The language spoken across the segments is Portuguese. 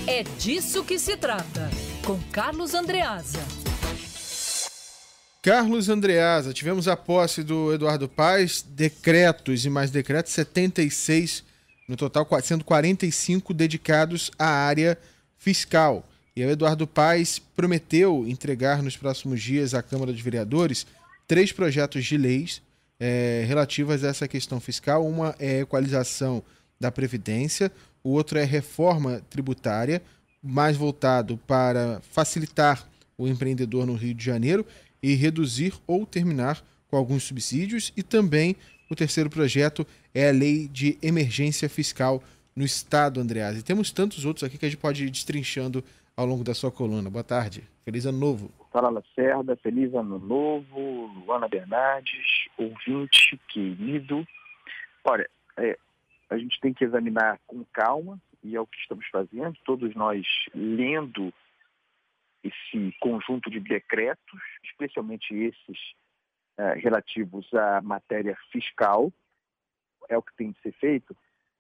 É disso que se trata, com Carlos Andreasa. Carlos Andreasa, tivemos a posse do Eduardo Paes, decretos e mais decretos, 76 no total, 445 dedicados à área fiscal. E o Eduardo Paes prometeu entregar nos próximos dias à Câmara dos Vereadores 3 projetos de leis relativas a essa questão fiscal. Uma é a equalização da Previdência, o outro é reforma tributária, mais voltado para facilitar o empreendedor no Rio de Janeiro e reduzir ou terminar com alguns subsídios. E também o terceiro projeto é a lei de emergência fiscal no Estado, Andreasa. E temos tantos outros aqui que a gente pode ir destrinchando ao longo da sua coluna. Boa tarde. Feliz ano novo. Fala, Lacerda. Feliz ano novo. Luana Bernardes, ouvinte querido. Olha, a gente tem que examinar com calma, e é o que estamos fazendo, todos nós lendo esse conjunto de decretos, especialmente esses relativos à matéria fiscal, é o que tem de ser feito,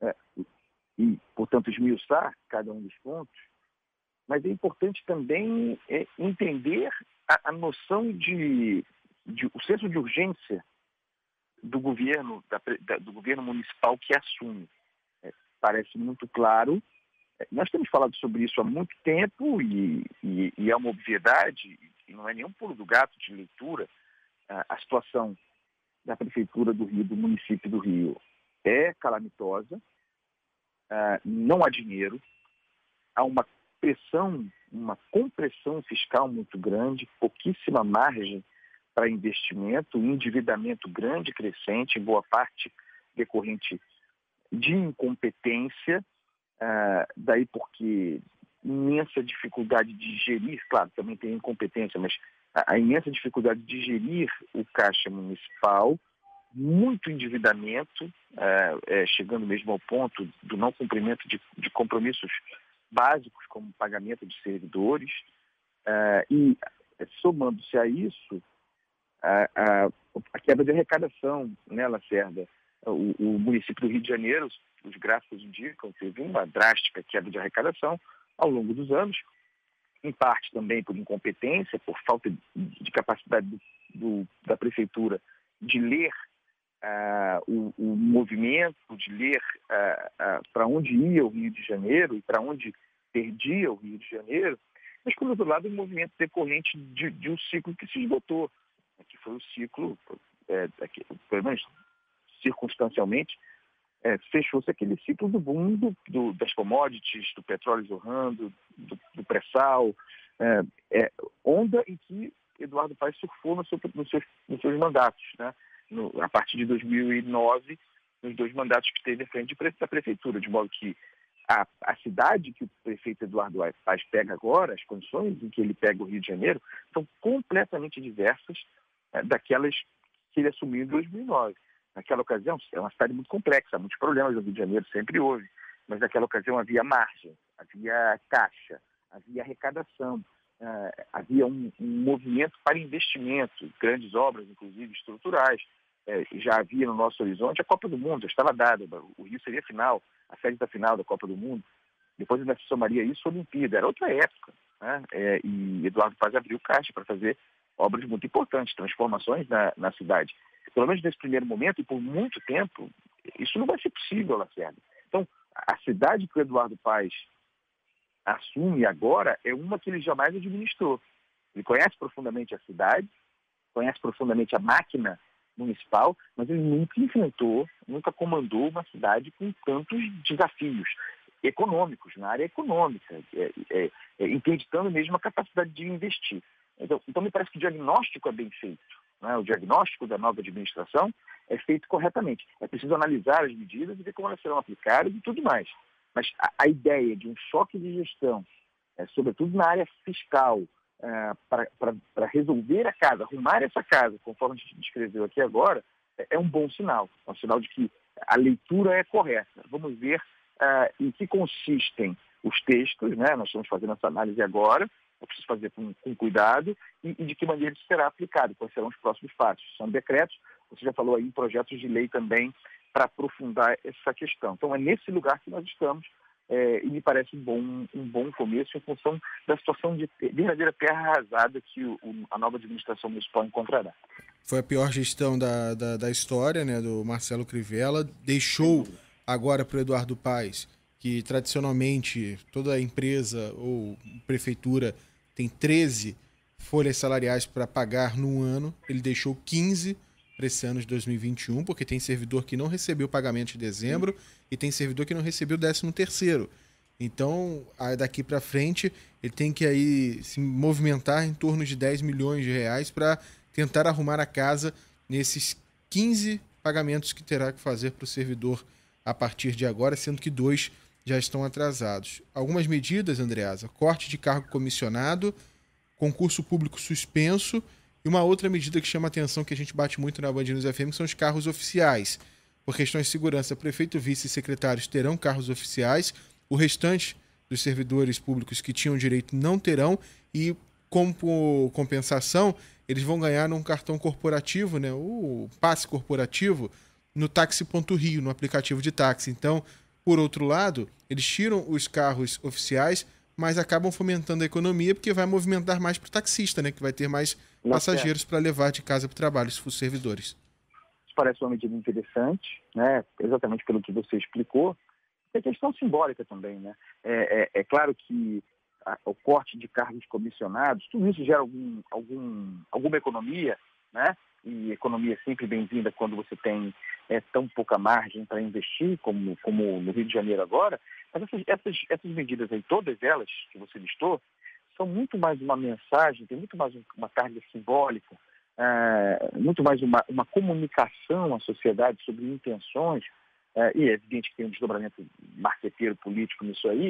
e, portanto, esmiuçar cada um dos pontos, mas é importante também entender a noção de o senso de urgência do governo, do governo municipal que assume. Parece muito claro. Nós temos falado sobre isso há muito tempo e é uma obviedade, e não é nenhum pulo do gato de leitura. A situação da Prefeitura do Rio, do município do Rio, é calamitosa, não há dinheiro, há uma pressão, uma compressão fiscal muito grande, pouquíssima margem para investimento, endividamento grande, crescente, em boa parte decorrente de incompetência, daí porque imensa dificuldade de gerir, claro, também tem incompetência, mas a imensa dificuldade de gerir o caixa municipal, muito endividamento, chegando mesmo ao ponto do não cumprimento de compromissos básicos, como pagamento de servidores, e somando-se a isso, a queda de arrecadação, né, Lacerda? O município do Rio de Janeiro, os gráficos indicam, teve uma drástica queda de arrecadação ao longo dos anos, em parte também por incompetência, por falta de capacidade da prefeitura de ler o movimento, de ler para onde ia o Rio de Janeiro e para onde perdia o Rio de Janeiro, mas, por outro lado, um movimento decorrente de um ciclo que se esgotou, que foi o ciclo, pelo menos circunstancialmente, fechou-se aquele ciclo do boom das commodities, do petróleo jorrando, do pré-sal, onda em que Eduardo Paes surfou nos seus mandatos, né? A partir de 2009, nos 2 mandatos que teve à frente da prefeitura, de modo que a cidade que o prefeito Eduardo Paes pega agora, as condições em que ele pega o Rio de Janeiro, são completamente diversas daquelas que ele assumiu em 2009. Naquela ocasião, é uma cidade muito complexa, há muitos problemas no Rio de Janeiro, sempre houve, mas naquela ocasião havia margem, havia caixa, havia arrecadação, havia um movimento para investimento, grandes obras, inclusive estruturais. Já havia no nosso horizonte a Copa do Mundo, já estava dada, o Rio seria a sede da final da Copa do Mundo. Depois ainda se somaria isso a Olimpíada, era outra época, né? E Eduardo Paes abriu caixa para fazer obras muito importantes, transformações na cidade. Pelo menos nesse primeiro momento, e por muito tempo, isso não vai ser possível, Lacerda. Então, a cidade que o Eduardo Paes assume agora é uma que ele jamais administrou. Ele conhece profundamente a cidade, conhece profundamente a máquina municipal, mas ele nunca enfrentou, nunca comandou uma cidade com tantos desafios econômicos, na área econômica, interditando mesmo a capacidade de investir. Então me parece que o diagnóstico é bem feito. Né? O diagnóstico da nova administração é feito corretamente. É preciso analisar as medidas e ver como elas serão aplicadas e tudo mais. Mas a ideia de um choque de gestão, sobretudo na área fiscal, para resolver a casa, arrumar essa casa, conforme a gente descreveu aqui agora, é um bom sinal. É um sinal de que a leitura é correta. Vamos ver em que consistem os textos, né? Nós estamos fazendo essa análise agora, é preciso fazer com cuidado, e de que maneira isso será aplicado, quais serão os próximos passos. São decretos, você já falou aí em projetos de lei também para aprofundar essa questão. Então é nesse lugar que nós estamos, e me parece um bom começo em função da situação de verdadeira terra arrasada que a nova administração municipal encontrará. Foi a pior gestão da história, né, do Marcelo Crivella. Deixou agora para o Eduardo Paes, que tradicionalmente toda empresa ou prefeitura tem 13 folhas salariais para pagar no ano. Ele deixou 15 para esse ano de 2021, porque tem servidor que não recebeu pagamento de dezembro e tem servidor que não recebeu 13º. Então, daqui para frente, ele tem que aí se movimentar em torno de 10 milhões de reais para tentar arrumar a casa nesses 15 pagamentos que terá que fazer para o servidor a partir de agora, sendo que 2 já estão atrasados. Algumas medidas, Andreasa: corte de cargo comissionado, concurso público suspenso, e uma outra medida que chama a atenção, que a gente bate muito na Band News FM, que são os carros oficiais. Por questões de segurança, prefeito, vice e secretários terão carros oficiais, o restante dos servidores públicos que tinham direito não terão, e como compensação, eles vão ganhar um cartão corporativo, né, o passe corporativo, no Táxi.Rio, no aplicativo de táxi. Então, por outro lado, eles tiram os carros oficiais, mas acabam fomentando a economia, porque vai movimentar mais para o taxista, né, que vai ter mais passageiros para levar de casa para o trabalho, os servidores. Isso parece uma medida interessante, né, exatamente pelo que você explicou. É questão simbólica também, né? É claro que o corte de cargos comissionados, tudo isso gera alguma economia, né? E economia é sempre bem-vinda quando você tem tão pouca margem para investir, como no Rio de Janeiro agora. Mas essas medidas aí, todas elas que você listou, são muito mais uma mensagem, tem muito mais uma carga simbólica, muito mais uma comunicação à sociedade sobre intenções, e é evidente que tem um desdobramento marqueteiro político nisso aí,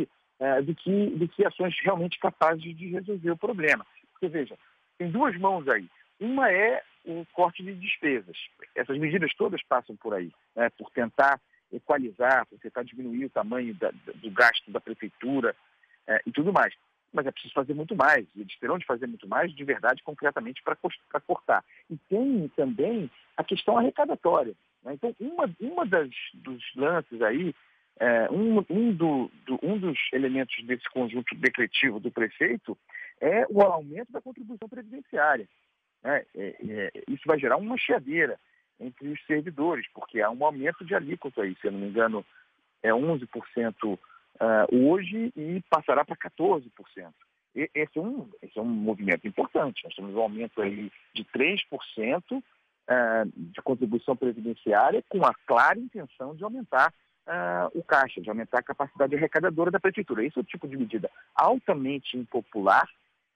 do que ações realmente capazes de resolver o problema. Porque, veja, tem duas mãos aí. Uma é o corte de despesas. Essas medidas todas passam por aí, né, por tentar equalizar, por tentar diminuir o tamanho do gasto da prefeitura e tudo mais. Mas é preciso fazer muito mais, e eles terão de fazer muito mais, de verdade, concretamente, para cortar. E tem também a questão arrecadatória, né? Então, dos lances aí, um dos elementos desse conjunto decretivo do prefeito é o aumento da contribuição previdenciária, né? Isso vai gerar uma chiadeira entre os servidores, porque há um aumento de alíquota aí, se eu não me engano, é 11% hoje e passará para 14%. Esse é um movimento importante. Nós temos um aumento aí de 3% de contribuição previdenciária, com a clara intenção de aumentar o caixa, de aumentar a capacidade arrecadadora da prefeitura. Esse é o tipo de medida altamente impopular,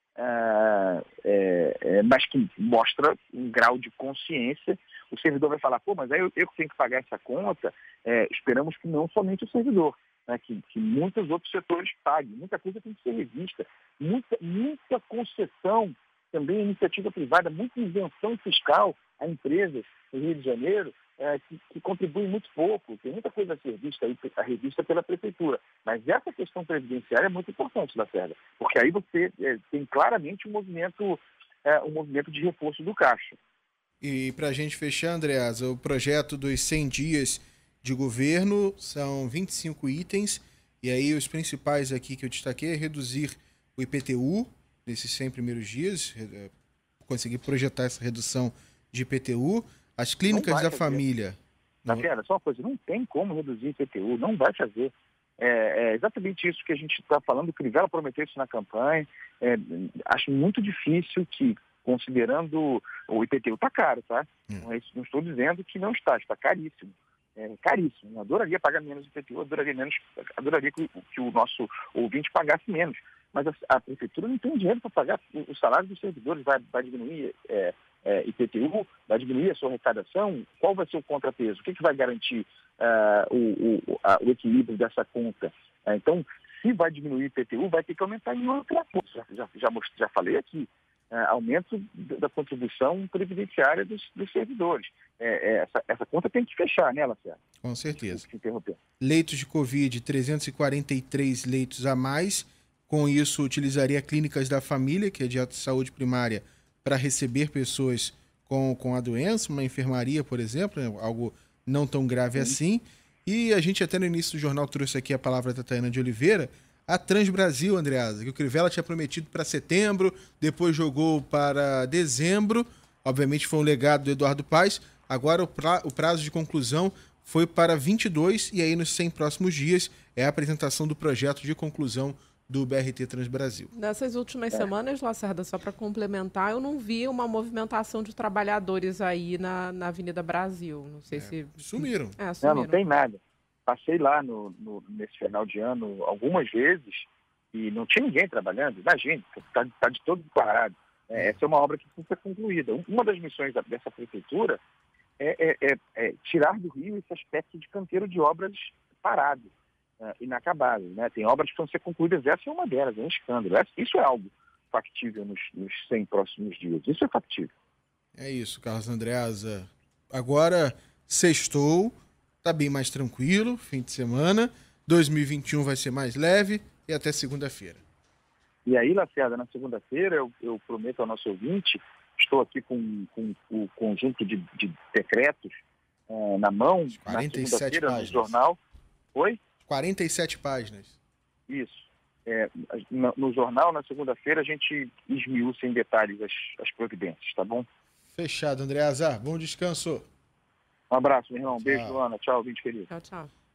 mas que mostra um grau de consciência. O servidor vai falar, pô, mas aí eu tenho que pagar essa conta. Esperamos que não somente o servidor, né, que muitos outros setores paguem. Muita coisa tem que ser revista. Muita concessão, também iniciativa privada, muita isenção fiscal a empresas no Rio de Janeiro, que contribuem muito pouco. Tem muita coisa a ser revista pela prefeitura. Mas essa questão previdenciária é muito importante, Lacerda, porque aí você tem claramente um movimento de reforço do caixa. E para a gente fechar, Andreasa, o projeto dos 100 dias de governo são 25 itens, e aí os principais aqui que eu destaquei é reduzir o IPTU nesses 100 primeiros dias, conseguir projetar essa redução de IPTU, as clínicas da família. Lacerda, só uma coisa, não tem como reduzir IPTU, não vai fazer. É exatamente isso que a gente está falando, o Crivella prometeu isso na campanha. Acho muito difícil que, considerando o IPTU está caro, tá? Não estou dizendo que não está caríssimo. Caríssimo. Eu adoraria pagar menos IPTU, adoraria que o nosso ouvinte pagasse menos. Mas a prefeitura não tem dinheiro para pagar o salário dos servidores, vai diminuir IPTU, vai diminuir a sua arrecadação. Qual vai ser o contrapeso? O que vai garantir o equilíbrio dessa conta? Então, se vai diminuir IPTU, vai ter que aumentar em outra coisa. Já falei aqui. Aumento da contribuição previdenciária dos servidores. Essa conta tem que fechar, né, Lacerda? Com certeza. Interromper. Leitos de Covid, 343 leitos a mais. Com isso, utilizaria clínicas da família, que é de saúde primária, para receber pessoas com a doença, uma enfermaria, por exemplo, algo não tão grave assim. E a gente até no início do jornal trouxe aqui a palavra da Tayana de Oliveira, a Transbrasil, Andreasa, que o Crivella tinha prometido para setembro, depois jogou para dezembro, obviamente foi um legado do Eduardo Paes, agora o prazo de conclusão foi para 22 e aí nos 100 próximos dias é a apresentação do projeto de conclusão do BRT Transbrasil. Nessas últimas semanas, Lacerda, só para complementar, eu não vi uma movimentação de trabalhadores aí na Avenida Brasil. Não sei se... Sumiram. Sumiram. Não tem nada. Passei lá nesse final de ano algumas vezes e não tinha ninguém trabalhando. Imagine, está de todo parado. Essa é uma obra que precisa ser concluída. Uma das missões dessa prefeitura é tirar do Rio esse aspecto de canteiro de obras parado, inacabado, né? Tem obras que vão ser concluídas, essa é uma delas, é um escândalo. Isso é algo factível nos 100 próximos dias, isso é factível. É isso, Carlos Andreasa. Agora, sextou, tá bem mais tranquilo, fim de semana, 2021 vai ser mais leve e até segunda-feira. E aí, Lacerda, na segunda-feira, eu prometo ao nosso ouvinte, estou aqui com o conjunto de decretos na mão, na segunda-feira, no jornal. Oi? 47 páginas. Isso. No jornal, na segunda-feira, a gente esmiuça em detalhes as providências, tá bom? Fechado, Andreasa. Bom descanso. Um abraço, meu irmão. Beijo, Ana. Tchau, ouvinte querido. Tchau, tchau.